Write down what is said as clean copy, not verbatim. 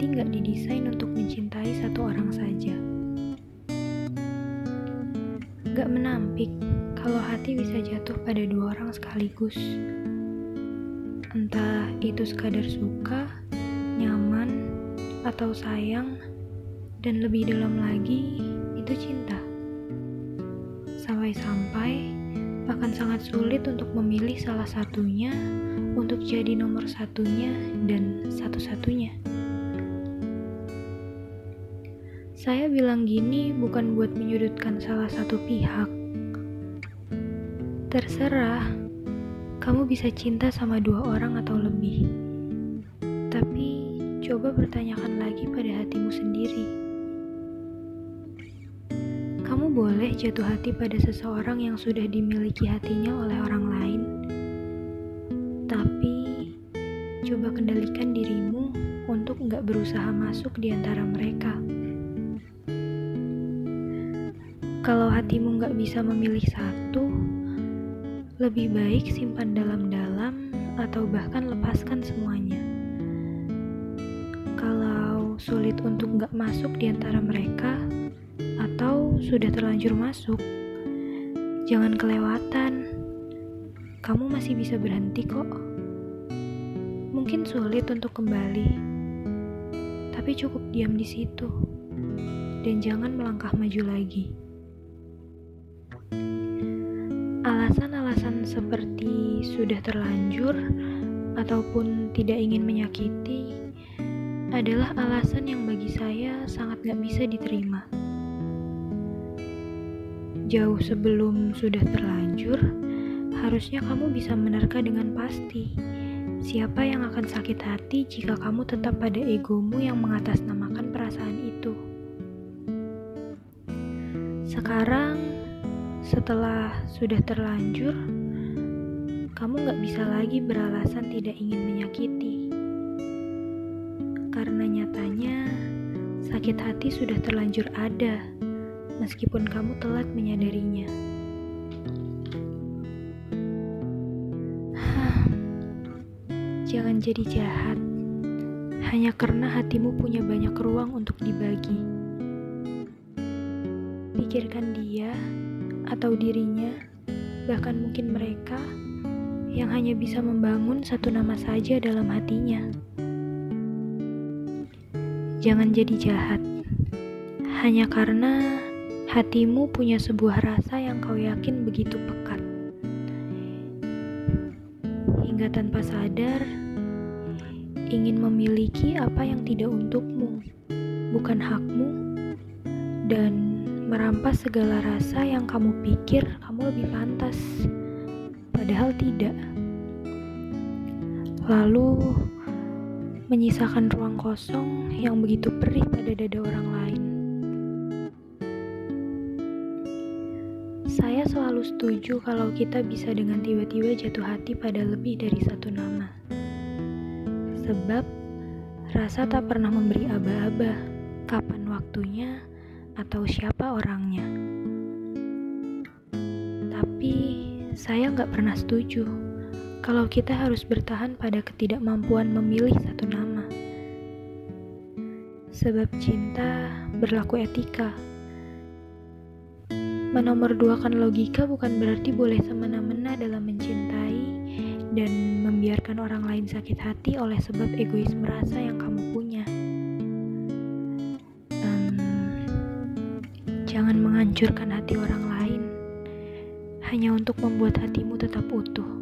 hati nggak didesain untuk mencintai satu orang saja. Nggak menampik kalau hati bisa jatuh pada dua orang sekaligus. Entah itu sekadar suka, nyaman, atau sayang, dan lebih dalam lagi, itu cinta. Sampai-sampai akan sangat sulit untuk memilih salah satunya untuk jadi nomor satunya dan satu-satunya. Saya bilang gini bukan buat menyudutkan salah satu pihak. Terserah, kamu bisa cinta sama dua orang atau lebih. Tapi coba bertanyakan lagi pada hatimu sendiri. Kamu boleh jatuh hati pada seseorang yang sudah dimiliki hatinya oleh orang lain. Tapi coba kendalikan dirimu untuk nggak berusaha masuk di antara mereka. Kalau hatimu nggak bisa memilih satu, lebih baik simpan dalam-dalam atau bahkan lepaskan semuanya. Kalau sulit untuk nggak masuk di antara mereka, atau sudah terlanjur masuk, jangan kelewatan. Kamu masih bisa berhenti kok. Mungkin sulit untuk kembali, tapi cukup diam di situ dan jangan melangkah maju lagi. Alasan-alasan seperti sudah terlanjur ataupun tidak ingin menyakiti adalah alasan yang bagi saya sangat gak bisa diterima. Jauh sebelum sudah terlanjur, harusnya kamu bisa menerka dengan pasti siapa yang akan sakit hati jika kamu tetap pada egomu yang mengatasnamakan perasaan itu. Sekarang, setelah sudah terlanjur, kamu gak bisa lagi beralasan tidak ingin menyakiti. Karena nyatanya, sakit hati sudah terlanjur ada, meskipun kamu telat menyadarinya. Jangan jadi jahat, hanya karena hatimu punya banyak ruang untuk dibagi. Pikirkan dia, atau dirinya, bahkan mungkin mereka yang hanya bisa membangun satu nama saja dalam hatinya. Jangan jadi jahat, hanya karena hatimu punya sebuah rasa yang kau yakin begitu pekat. Hingga tanpa sadar, ingin memiliki apa yang tidak untukmu, bukan hakmu, dan merampas segala rasa yang kamu pikir kamu lebih pantas, padahal tidak. Lalu menyisakan ruang kosong yang begitu perih pada dada orang lain. Saya selalu setuju kalau kita bisa dengan tiba-tiba jatuh hati pada lebih dari satu nama. Sebab rasa tak pernah memberi aba-aba kapan waktunya atau siapa orangnya. Tapi saya nggak pernah setuju kalau kita harus bertahan pada ketidakmampuan memilih satu nama. Sebab cinta berlaku etika. Menomorduakan logika bukan berarti boleh semena-mena dalam mencintai dan membiarkan orang lain sakit hati oleh sebab egois merasa yang kamu punya. Jangan menghancurkan hati orang lain hanya untuk membuat hatimu tetap utuh.